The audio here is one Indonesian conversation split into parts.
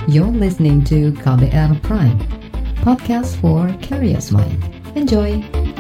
You're listening to KBR Prime, podcast for curious mind. Enjoy!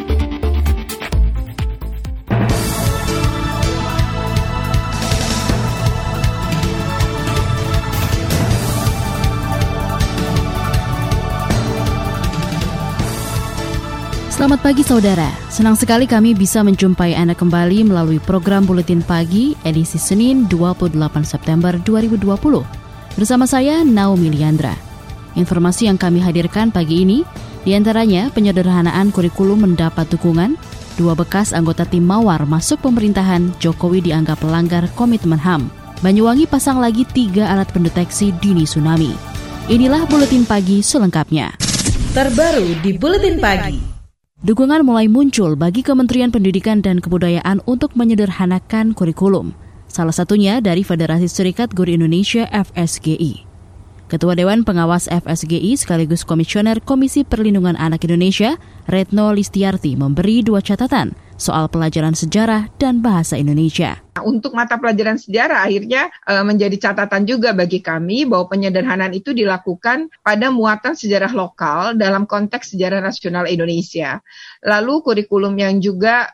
Selamat pagi saudara, senang sekali kami bisa menjumpai Anda kembali melalui program Buletin Pagi edisi Senin 28 September 2020. Bersama saya Naomi Liandra. Informasi yang kami hadirkan pagi ini, diantaranya penyederhanaan kurikulum mendapat dukungan, 2 bekas anggota tim Mawar masuk pemerintahan, Jokowi dianggap pelanggar komitmen HAM, Banyuwangi pasang lagi 3 alat pendeteksi dini tsunami. Inilah Buletin Pagi selengkapnya. Terbaru di Buletin Pagi. Dukungan mulai muncul bagi Kementerian Pendidikan dan Kebudayaan untuk menyederhanakan kurikulum. Salah satunya dari Federasi Serikat Guru Indonesia FSGI. Ketua Dewan Pengawas FSGI sekaligus Komisioner Komisi Perlindungan Anak Indonesia, Retno Listiarti, memberi 2 catatan soal pelajaran sejarah dan bahasa Indonesia. Untuk mata pelajaran sejarah akhirnya menjadi catatan juga bagi kami bahwa penyederhanaan itu dilakukan pada muatan sejarah lokal dalam konteks sejarah nasional Indonesia. Lalu kurikulum yang juga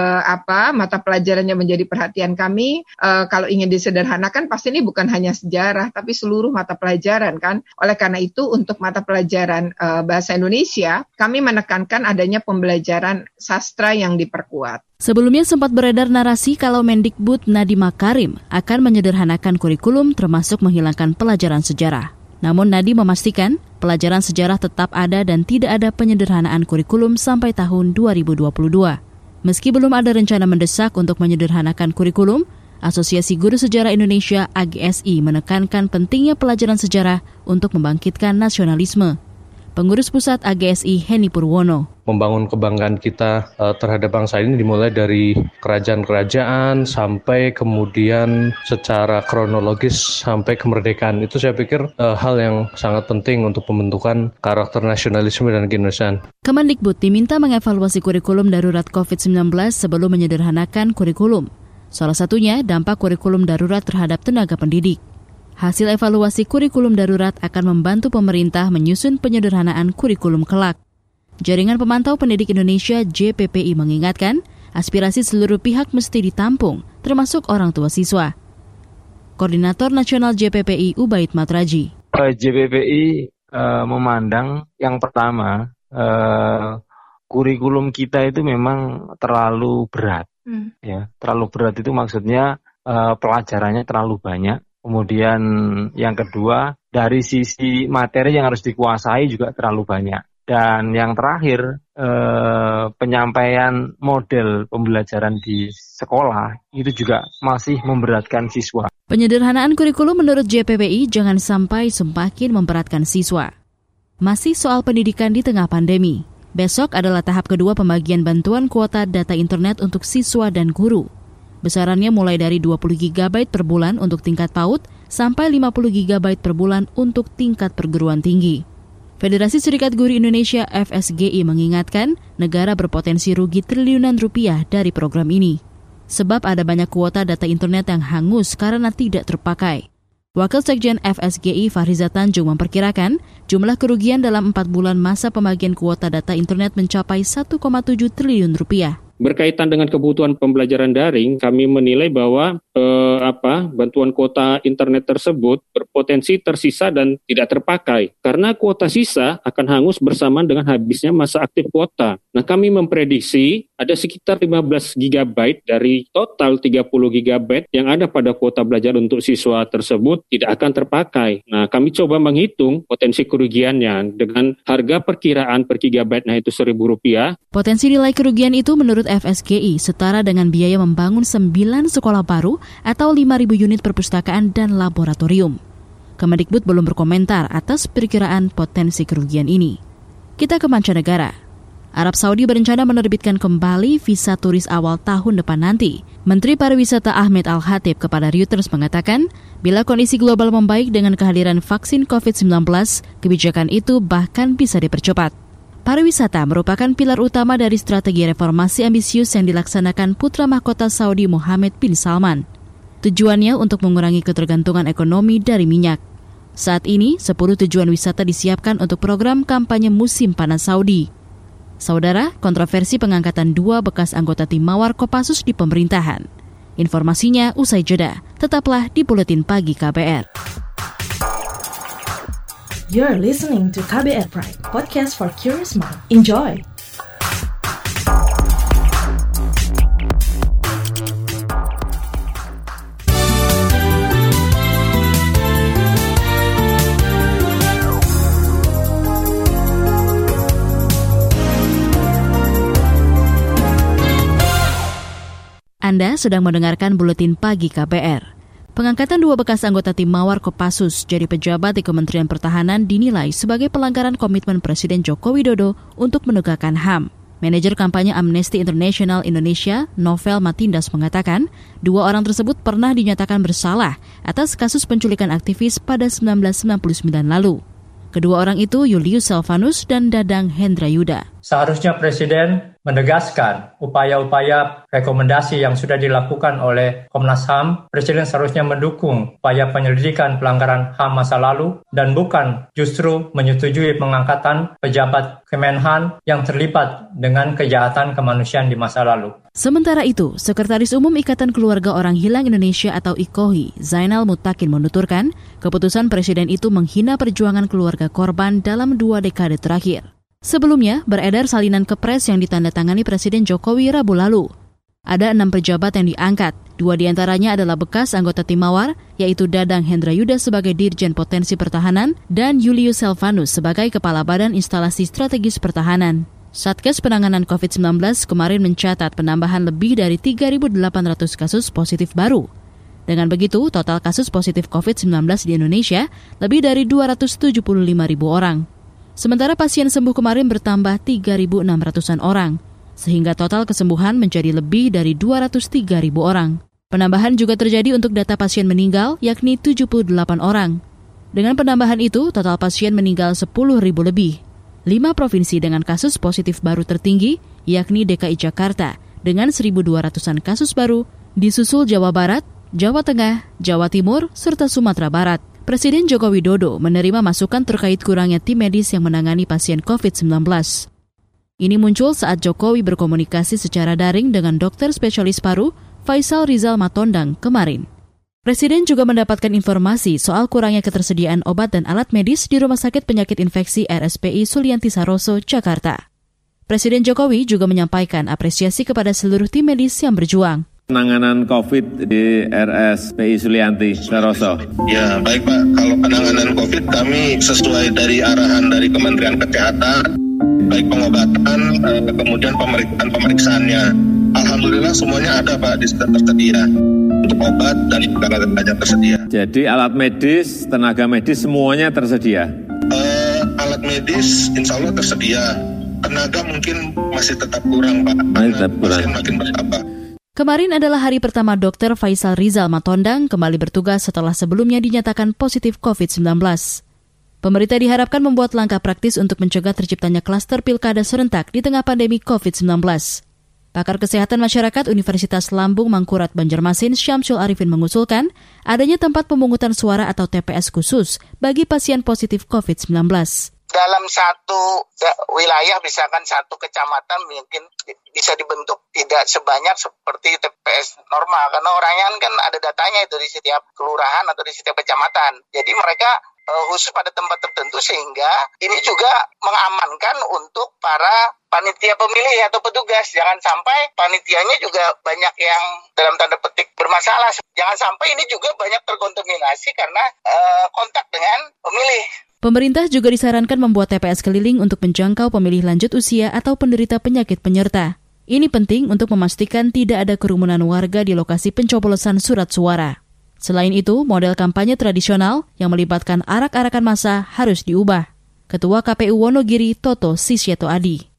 mata pelajarannya menjadi perhatian kami, kalau ingin disederhanakan pasti ini bukan hanya sejarah tapi seluruh mata pelajaran kan. Oleh karena itu untuk mata pelajaran bahasa Indonesia kami menekankan adanya pembelajaran sastra yang diperkuat. Sebelumnya sempat beredar narasi kalau Mendikbud Nadiem Makarim akan menyederhanakan kurikulum termasuk menghilangkan pelajaran sejarah. Namun Nadiem memastikan pelajaran sejarah tetap ada dan tidak ada penyederhanaan kurikulum sampai tahun 2022. Meski belum ada rencana mendesak untuk menyederhanakan kurikulum, Asosiasi Guru Sejarah Indonesia AGSI menekankan pentingnya pelajaran sejarah untuk membangkitkan nasionalisme. Pengurus Pusat AGSI Heni Purwono. Membangun kebanggaan kita terhadap bangsa ini dimulai dari kerajaan-kerajaan sampai kemudian secara kronologis sampai kemerdekaan. Itu saya pikir hal yang sangat penting untuk pembentukan karakter nasionalisme dan keindonesiaan. Kemendikbud diminta mengevaluasi kurikulum darurat COVID-19 sebelum menyederhanakan kurikulum. Salah satunya dampak kurikulum darurat terhadap tenaga pendidik. Hasil evaluasi kurikulum darurat akan membantu pemerintah menyusun penyederhanaan kurikulum kelak. Jaringan Pemantau Pendidik Indonesia JPPI mengingatkan, aspirasi seluruh pihak mesti ditampung, termasuk orang tua siswa. Koordinator Nasional JPPI Ubaid Matraji. JPPI memandang yang pertama, kurikulum kita itu memang terlalu berat. Ya, terlalu berat itu maksudnya pelajarannya terlalu banyak. Kemudian yang kedua, dari sisi materi yang harus dikuasai juga terlalu banyak. Dan yang terakhir, penyampaian model pembelajaran di sekolah itu juga masih memberatkan siswa. Penyederhanaan kurikulum menurut JPPI jangan sampai semakin memberatkan siswa. Masih soal pendidikan di tengah pandemi. Besok adalah tahap kedua pembagian bantuan kuota data internet untuk siswa dan guru. Besarannya mulai dari 20 GB per bulan untuk tingkat PAUD sampai 50 GB per bulan untuk tingkat perguruan tinggi. Federasi Serikat Guru Indonesia FSGI mengingatkan negara berpotensi rugi triliunan rupiah dari program ini. Sebab ada banyak kuota data internet yang hangus karena tidak terpakai. Wakil Sekjen FSGI Fahriza Tanjung memperkirakan jumlah kerugian dalam 4 bulan masa pembagian kuota data internet mencapai 1,7 triliun rupiah. Berkaitan dengan kebutuhan pembelajaran daring, kami menilai bahwa bantuan kuota internet tersebut berpotensi tersisa dan tidak terpakai. Karena kuota sisa akan hangus bersamaan dengan habisnya masa aktif kuota. Nah, kami memprediksi ada sekitar 15 GB dari total 30 GB yang ada pada kuota belajar untuk siswa tersebut tidak akan terpakai. Nah, kami coba menghitung potensi kerugiannya dengan harga perkiraan per GB itu Rp1.000. Potensi nilai kerugian itu menurut FSGI setara dengan biaya membangun 9 sekolah baru atau 5.000 unit perpustakaan dan laboratorium. Kemendikbud belum berkomentar atas perkiraan potensi kerugian ini. Kita ke mancanegara. Arab Saudi berencana menerbitkan kembali visa turis awal tahun depan nanti. Menteri Pariwisata Ahmed Al-Khatib kepada Reuters mengatakan, bila kondisi global membaik dengan kehadiran vaksin COVID-19, kebijakan itu bahkan bisa dipercepat. Pariwisata merupakan pilar utama dari strategi reformasi ambisius yang dilaksanakan putra mahkota Saudi Mohammed bin Salman. Tujuannya untuk mengurangi ketergantungan ekonomi dari minyak. Saat ini, 10 tujuan wisata disiapkan untuk program kampanye musim panas Saudi. Saudara, kontroversi pengangkatan 2 bekas anggota tim Mawar Kopassus di pemerintahan. Informasinya usai jeda. Tetaplah di Buletin Pagi KBR. You're listening to KBR Pride, podcast for curious mind. Enjoy! Anda sedang mendengarkan Buletin Pagi KBR. Pengangkatan 2 bekas anggota tim Mawar Kopassus jadi pejabat di Kementerian Pertahanan dinilai sebagai pelanggaran komitmen Presiden Joko Widodo untuk menegakkan HAM. Manajer kampanye Amnesty International Indonesia, Novel Matindas, mengatakan 2 orang tersebut pernah dinyatakan bersalah atas kasus penculikan aktivis pada 1999 lalu. Kedua orang itu Julius Selvanus dan Dadang Hendrayuda. Seharusnya Presiden menegaskan upaya-upaya rekomendasi yang sudah dilakukan oleh Komnas HAM. Presiden seharusnya mendukung upaya penyelidikan pelanggaran HAM masa lalu dan bukan justru menyetujui pengangkatan pejabat Kemenhan yang terlibat dengan kejahatan kemanusiaan di masa lalu. Sementara itu, Sekretaris Umum Ikatan Keluarga Orang Hilang Indonesia atau IKOHI, Zainal Mutakin menuturkan, keputusan Presiden itu menghina perjuangan keluarga korban dalam 2 dekade terakhir. Sebelumnya, beredar salinan kepres yang ditandatangani Presiden Jokowi Rabu lalu. Ada 6 pejabat yang diangkat, 2 diantaranya adalah bekas anggota tim Mawar, yaitu Dadang Hendrayuda sebagai Dirjen Potensi Pertahanan dan Julius Selvanus sebagai Kepala Badan Instalasi Strategis Pertahanan. Satgas Penanganan COVID-19 kemarin mencatat penambahan lebih dari 3.800 kasus positif baru. Dengan begitu, total kasus positif COVID-19 di Indonesia lebih dari 275.000 orang. Sementara pasien sembuh kemarin bertambah 3.600-an orang, sehingga total kesembuhan menjadi lebih dari 203.000 orang. Penambahan juga terjadi untuk data pasien meninggal, yakni 78 orang. Dengan penambahan itu, total pasien meninggal 10.000 lebih. 5 provinsi dengan kasus positif baru tertinggi, yakni DKI Jakarta, dengan 1.200-an kasus baru, disusul Jawa Barat, Jawa Tengah, Jawa Timur, serta Sumatera Barat. Presiden Joko Widodo menerima masukan terkait kurangnya tim medis yang menangani pasien COVID-19. Ini muncul saat Jokowi berkomunikasi secara daring dengan dokter spesialis paru Faisal Rizal Matondang kemarin. Presiden juga mendapatkan informasi soal kurangnya ketersediaan obat dan alat medis di Rumah Sakit Penyakit Infeksi RSPI Sulianti Saroso, Jakarta. Presiden Jokowi juga menyampaikan apresiasi kepada seluruh tim medis yang berjuang. Penanganan COVID di RSPI Sulianti Saroso. Ya, baik Pak. Kalau penanganan COVID kami sesuai dari arahan dari Kementerian Kesehatan, baik pengobatan, kemudian pemeriksaannya. Alhamdulillah semuanya ada Pak, di tersedia. Untuk obat dan tenaga tersedia. Jadi alat medis, tenaga medis semuanya tersedia? Alat medis insya Allah tersedia. Tenaga mungkin masih tetap kurang Pak. Masih makin bertambah. Kemarin adalah hari pertama Dr. Faisal Rizal Matondang kembali bertugas setelah sebelumnya dinyatakan positif COVID-19. Pemerintah diharapkan membuat langkah praktis untuk mencegah terciptanya klaster pilkada serentak di tengah pandemi COVID-19. Pakar Kesehatan Masyarakat Universitas Lambung Mangkurat Banjarmasin Syamsul Arifin mengusulkan adanya tempat pemungutan suara atau TPS khusus bagi pasien positif COVID-19. Dalam satu wilayah, misalkan satu kecamatan, mungkin bisa dibentuk tidak sebanyak seperti TPS normal. Karena orangnya kan ada datanya itu di setiap kelurahan atau di setiap kecamatan. Jadi mereka khusus pada tempat tertentu sehingga ini juga mengamankan untuk para panitia pemilih atau petugas. Jangan sampai panitianya juga banyak yang dalam tanda petik bermasalah. Jangan sampai ini juga banyak terkontaminasi karena kontak dengan pemilih. Pemerintah juga disarankan membuat TPS keliling untuk menjangkau pemilih lanjut usia atau penderita penyakit penyerta. Ini penting untuk memastikan tidak ada kerumunan warga di lokasi pencoblosan surat suara. Selain itu, model kampanye tradisional yang melibatkan arak-arakan massa harus diubah. Ketua KPU Wonogiri Toto Sisyeto Adi.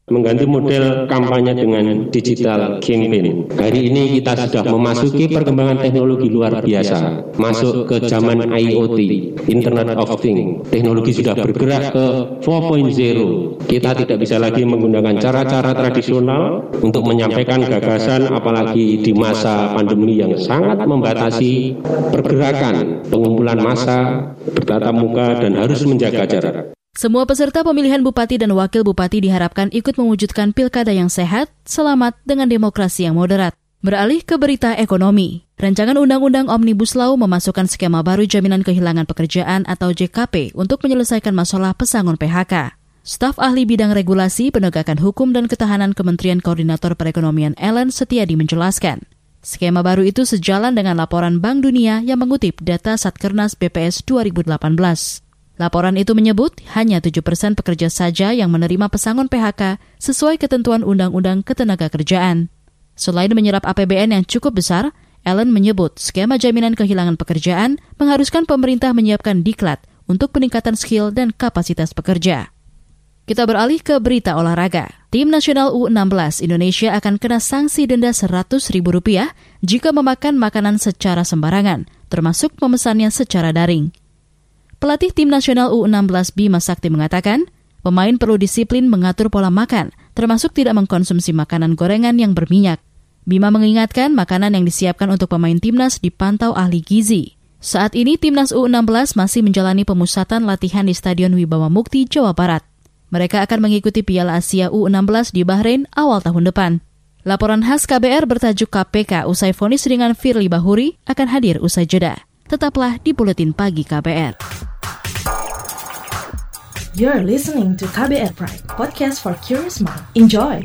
mengganti model kampanye dengan digital campaign. Hari ini kita sudah memasuki perkembangan teknologi luar biasa, masuk ke zaman IoT, Internet of Things. Teknologi sudah bergerak ke 4.0. Kita tidak bisa lagi menggunakan cara-cara tradisional untuk menyampaikan gagasan, apalagi di masa pandemi yang sangat membatasi pergerakan, pengumpulan massa, bertatap muka, dan harus menjaga jarak. Semua peserta pemilihan bupati dan wakil bupati diharapkan ikut mewujudkan pilkada yang sehat, selamat, dengan demokrasi yang moderat. Beralih ke berita ekonomi. Rancangan Undang-Undang Omnibus Law memasukkan skema baru jaminan kehilangan pekerjaan atau JKP untuk menyelesaikan masalah pesangon PHK. Staf ahli bidang regulasi, penegakan hukum dan ketahanan Kementerian Koordinator Perekonomian Ellen Setiadi menjelaskan, skema baru itu sejalan dengan laporan Bank Dunia yang mengutip data Satkernas BPS 2018. Laporan itu menyebut hanya 7% pekerja saja yang menerima pesangon PHK sesuai ketentuan Undang-Undang Ketenagakerjaan. Selain menyerap APBN yang cukup besar, Ellen menyebut skema jaminan kehilangan pekerjaan mengharuskan pemerintah menyiapkan diklat untuk peningkatan skill dan kapasitas pekerja. Kita beralih ke berita olahraga. Tim nasional U16 Indonesia akan kena sanksi denda Rp100.000 jika memakan makanan secara sembarangan, termasuk memesannya secara daring. Pelatih tim nasional U16 Bima Sakti mengatakan, pemain perlu disiplin mengatur pola makan, termasuk tidak mengkonsumsi makanan gorengan yang berminyak. Bima mengingatkan makanan yang disiapkan untuk pemain timnas dipantau ahli gizi. Saat ini timnas U16 masih menjalani pemusatan latihan di Stadion Wibawa Mukti, Jawa Barat. Mereka akan mengikuti Piala Asia U16 di Bahrain awal tahun depan. Laporan khas KBR bertajuk KPK usai vonis ringan Firly Bahuri akan hadir usai jeda. Tetaplah di Buletin Pagi KBR. You're listening to KBR Pride, podcast for curious mind. Enjoy!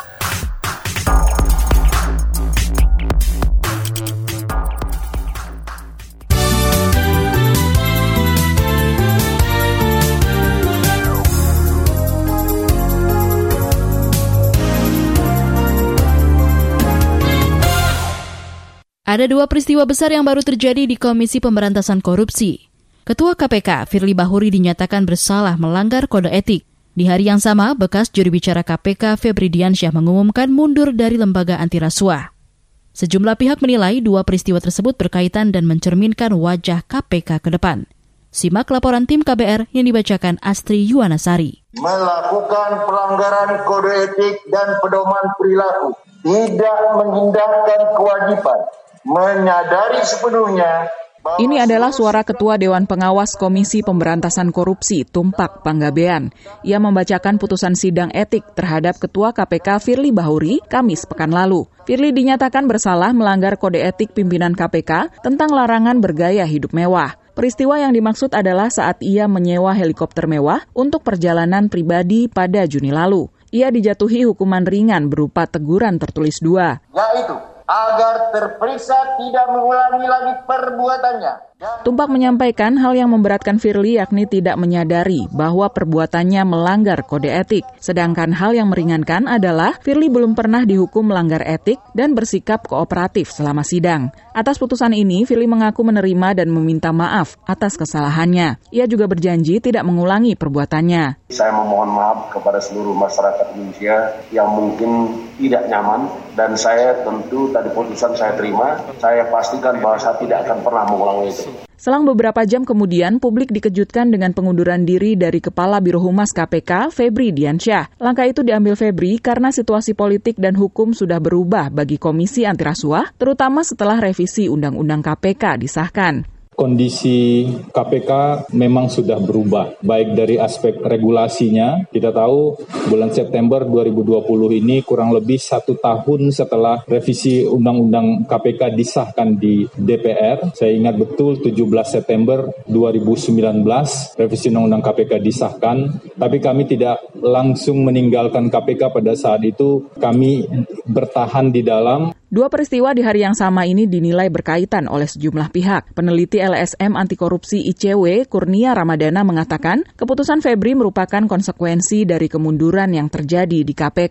Ada dua peristiwa besar yang baru terjadi di Komisi Pemberantasan Korupsi. Ketua KPK, Firly Bahuri, dinyatakan bersalah melanggar kode etik. Di hari yang sama, bekas juru bicara KPK, Febri Diansyah, mengumumkan mundur dari lembaga anti rasuah. Sejumlah pihak menilai dua peristiwa tersebut berkaitan dan mencerminkan wajah KPK ke depan. Simak laporan tim KBR yang dibacakan Astri Yuwanasari. Melakukan pelanggaran kode etik dan pedoman perilaku, tidak mengindahkan kewajiban, menyadari sepenuhnya. Ini adalah suara Ketua Dewan Pengawas Komisi Pemberantasan Korupsi, Tumpak Panggabean. Ia membacakan putusan sidang etik terhadap Ketua KPK Firly Bahuri Kamis pekan lalu. Firly dinyatakan bersalah melanggar kode etik pimpinan KPK tentang larangan bergaya hidup mewah. Peristiwa yang dimaksud adalah saat ia menyewa helikopter mewah untuk perjalanan pribadi pada Juni lalu. Ia dijatuhi hukuman ringan berupa teguran tertulis 2. Yaitu agar terperiksa tidak mengulangi lagi perbuatannya. Tumpak menyampaikan hal yang memberatkan Firly yakni tidak menyadari bahwa perbuatannya melanggar kode etik. Sedangkan hal yang meringankan adalah Firly belum pernah dihukum melanggar etik dan bersikap kooperatif selama sidang. Atas putusan ini, Firly mengaku menerima dan meminta maaf atas kesalahannya. Ia juga berjanji tidak mengulangi perbuatannya. Saya memohon maaf kepada seluruh masyarakat Indonesia yang mungkin tidak nyaman, dan saya tentu tadi putusan saya terima, saya pastikan bahwa saya tidak akan pernah mengulangi itu. Selang beberapa jam kemudian, publik dikejutkan dengan pengunduran diri dari Kepala Biro Humas KPK, Febri Diansyah. Langkah itu diambil Febri karena situasi politik dan hukum sudah berubah bagi Komisi Anti Rasuah, terutama setelah revisi Undang-Undang KPK disahkan. Kondisi KPK memang sudah berubah, baik dari aspek regulasinya. Kita tahu bulan September 2020 ini kurang lebih 1 tahun setelah revisi Undang-Undang KPK disahkan di DPR. Saya ingat betul 17 September 2019 revisi Undang-Undang KPK disahkan, tapi kami tidak langsung meninggalkan KPK pada saat itu. Kami bertahan di dalam. Dua peristiwa di hari yang sama ini dinilai berkaitan oleh sejumlah pihak. Peneliti LSM Anti Korupsi ICW, Kurnia Ramadana, mengatakan keputusan Febri merupakan konsekuensi dari kemunduran yang terjadi di KPK.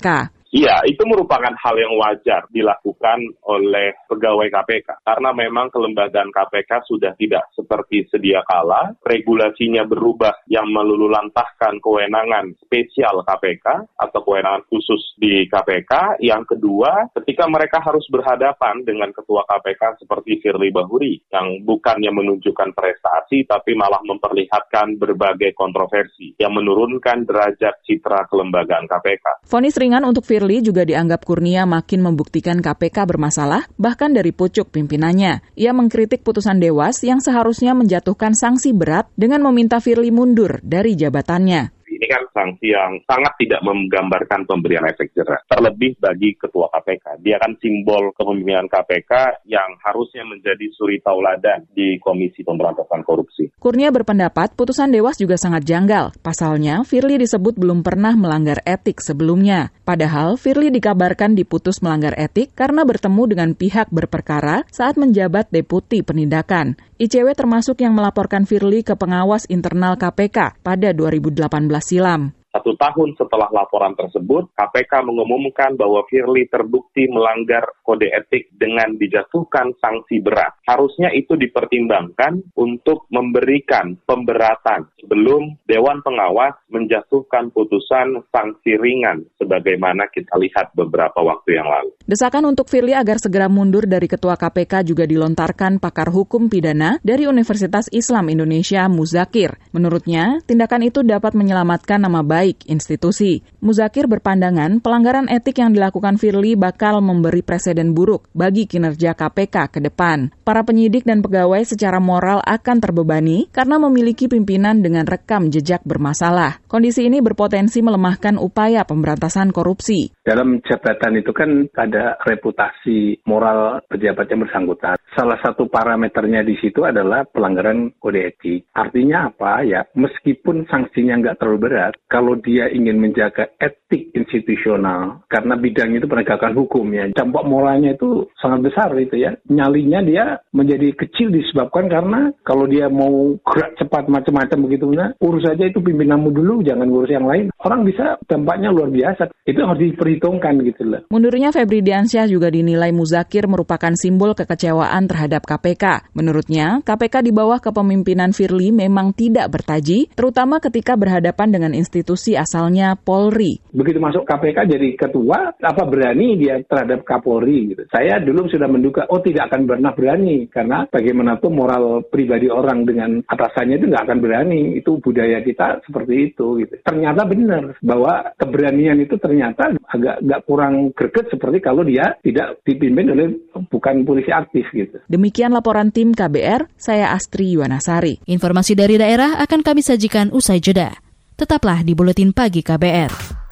Iya, itu merupakan hal yang wajar dilakukan oleh pegawai KPK. Karena memang kelembagaan KPK sudah tidak seperti sedia kala. Regulasinya berubah yang melululantahkan kewenangan spesial KPK atau kewenangan khusus di KPK. Yang kedua, ketika mereka harus berhadapan dengan ketua KPK seperti Firly Bahuri yang bukannya menunjukkan prestasi tapi malah memperlihatkan berbagai kontroversi yang menurunkan derajat citra kelembagaan KPK. Vonis ringan untuk Firly juga dianggap Kurnia makin membuktikan KPK bermasalah, bahkan dari pucuk pimpinannya. Ia mengkritik putusan Dewas yang seharusnya menjatuhkan sanksi berat dengan meminta Firly mundur dari jabatannya. Ini kan sanksi yang sangat tidak menggambarkan pemberian efek jerah. Terlebih bagi Ketua KPK. Dia kan simbol kepemimpinan KPK yang harusnya menjadi suri tauladan di Komisi Pemberantasan Korupsi. Kurnia berpendapat putusan Dewas juga sangat janggal. Pasalnya, Firly disebut belum pernah melanggar etik sebelumnya. Padahal, Firly dikabarkan diputus melanggar etik karena bertemu dengan pihak berperkara saat menjabat Deputi Penindakan. ICW termasuk yang melaporkan Firly ke pengawas internal KPK pada 2018 silam. 1 tahun setelah laporan tersebut, KPK mengumumkan bahwa Firly terbukti melanggar kode etik dengan dijatuhkan sanksi berat. Harusnya itu dipertimbangkan untuk memberikan pemberatan sebelum Dewan Pengawas menjatuhkan putusan sanksi ringan sebagaimana kita lihat beberapa waktu yang lalu. Desakan untuk Firly agar segera mundur dari Ketua KPK juga dilontarkan pakar hukum pidana dari Universitas Islam Indonesia, Muzakir. Menurutnya, tindakan itu dapat menyelamatkan nama baik institusi. Muzakir berpandangan pelanggaran etik yang dilakukan Firly bakal memberi presiden buruk bagi kinerja KPK ke depan. Para penyidik dan pegawai secara moral akan terbebani karena memiliki pimpinan dengan rekam jejak bermasalah. Kondisi ini berpotensi melemahkan upaya pemberantasan korupsi. Dalam jabatan itu kan ada reputasi moral pejabat yang bersangkutan. Salah satu parameternya di situ adalah pelanggaran kode etik. Artinya apa ya? Meskipun sanksinya nggak terlalu berat, kalau dia ingin menjaga etik institusional, karena bidang itu penegakan hukum ya, dampak moralnya itu sangat besar itu ya. Nyalinya dia menjadi kecil disebabkan karena kalau dia mau gerak cepat macam-macam begitu, urus aja itu pimpinanmu dulu, jangan urus yang lain. Orang bisa dampaknya luar biasa. Itu harus diperhitungkan gitu loh. Mundurnya Febri Diansyah juga dinilai Muzakir merupakan simbol kekecewaan terhadap KPK. Menurutnya, KPK di bawah kepemimpinan Firly memang tidak bertaji, terutama ketika berhadapan dengan institusi asalnya Polri. Begitu masuk KPK jadi ketua, apa berani dia terhadap Kapolri gitu. Saya dulu sudah menduga, tidak akan pernah berani. Karena bagaimanapun moral pribadi orang dengan atasannya itu nggak akan berani. Itu budaya kita seperti itu gitu. Ternyata benar bahwa keberanian itu ternyata agak nggak kurang greget seperti kalau dia tidak dipimpin oleh bukan polisi aktif gitu. Demikian laporan tim KBR, saya Astri Yuwanasari. Informasi dari daerah akan kami sajikan usai jeda. Tetaplah di Buletin Pagi KBR.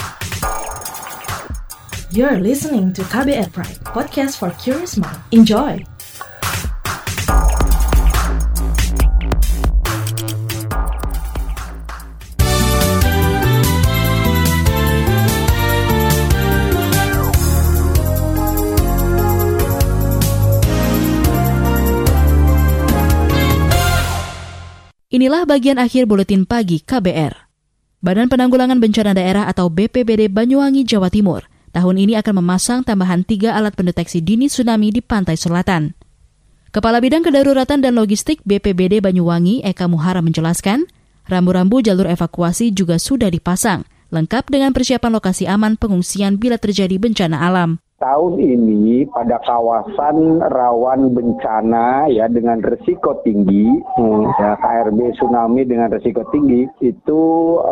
You're listening to KBR Pride, podcast for curious mind. Enjoy! Inilah bagian akhir Buletin Pagi KBR. Badan Penanggulangan Bencana Daerah atau BPBD Banyuwangi, Jawa Timur, tahun ini akan memasang tambahan 3 alat pendeteksi dini tsunami di pantai selatan. Kepala Bidang Kedaruratan dan Logistik BPBD Banyuwangi, Eka Muhara menjelaskan, rambu-rambu jalur evakuasi juga sudah dipasang, lengkap dengan persiapan lokasi aman pengungsian bila terjadi bencana alam. Tahun ini pada kawasan rawan bencana ya dengan risiko tinggi, ya, KRB tsunami dengan risiko tinggi itu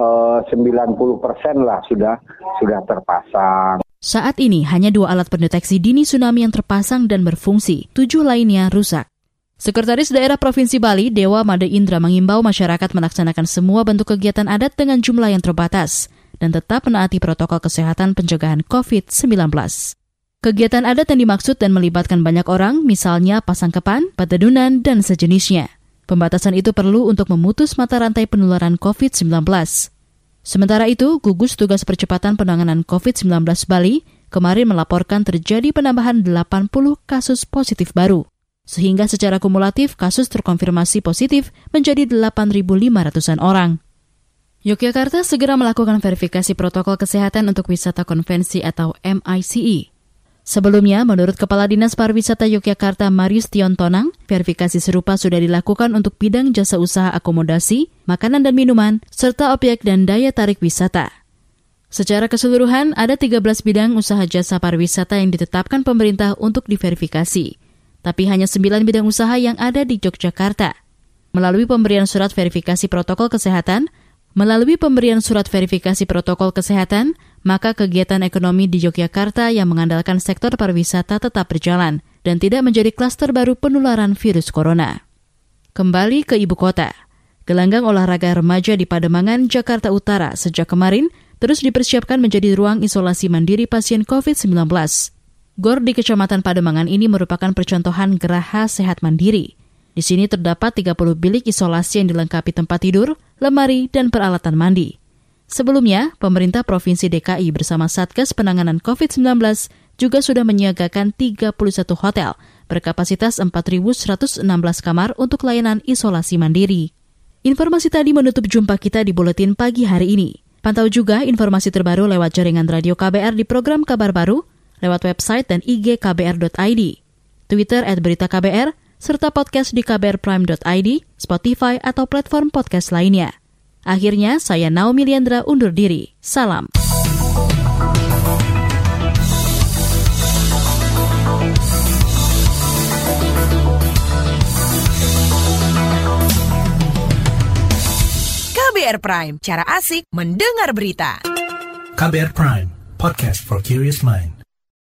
90% lah sudah terpasang. Saat ini hanya 2 alat pendeteksi dini tsunami yang terpasang dan berfungsi, 7 lainnya rusak. Sekretaris Daerah Provinsi Bali, Dewa Made Indra mengimbau masyarakat melaksanakan semua bentuk kegiatan adat dengan jumlah yang terbatas dan tetap menaati protokol kesehatan pencegahan COVID-19. Kegiatan adat yang dimaksud dan melibatkan banyak orang, misalnya pasangkepan, petedunan, dan sejenisnya. Pembatasan itu perlu untuk memutus mata rantai penularan COVID-19. Sementara itu, gugus tugas percepatan penanganan COVID-19 Bali kemarin melaporkan terjadi penambahan 80 kasus positif baru, sehingga secara kumulatif kasus terkonfirmasi positif menjadi 8.500-an orang. Yogyakarta segera melakukan verifikasi protokol kesehatan untuk wisata konvensi atau MICE. Sebelumnya, menurut Kepala Dinas Pariwisata Yogyakarta Marius Tiontonang, verifikasi serupa sudah dilakukan untuk bidang jasa usaha akomodasi, makanan dan minuman, serta objek dan daya tarik wisata. Secara keseluruhan, ada 13 bidang usaha jasa pariwisata yang ditetapkan pemerintah untuk diverifikasi. Tapi hanya 9 bidang usaha yang ada di Yogyakarta. Melalui pemberian surat verifikasi protokol kesehatan, maka kegiatan ekonomi di Yogyakarta yang mengandalkan sektor pariwisata tetap berjalan dan tidak menjadi klaster baru penularan virus corona. Kembali ke ibu kota. Gelanggang olahraga remaja di Pademangan, Jakarta Utara sejak kemarin terus dipersiapkan menjadi ruang isolasi mandiri pasien COVID-19. GOR di Kecamatan Pademangan ini merupakan percontohan geraha sehat mandiri. Di sini terdapat 30 bilik isolasi yang dilengkapi tempat tidur, lemari, dan peralatan mandi. Sebelumnya, pemerintah Provinsi DKI bersama Satgas Penanganan COVID-19 juga sudah menyiagakan 31 hotel berkapasitas 4.116 kamar untuk layanan isolasi mandiri. Informasi tadi menutup jumpa kita di Buletin Pagi hari ini. Pantau juga informasi terbaru lewat jaringan radio KBR di program Kabar Baru, lewat website dan IG kbr.id, Twitter @beritaKBR, serta podcast di kbrprime.id, Spotify, atau platform podcast lainnya. Akhirnya, saya Naomi Liandra undur diri. Salam. KBR Prime, cara asik mendengar berita. KBR Prime, podcast for curious mind.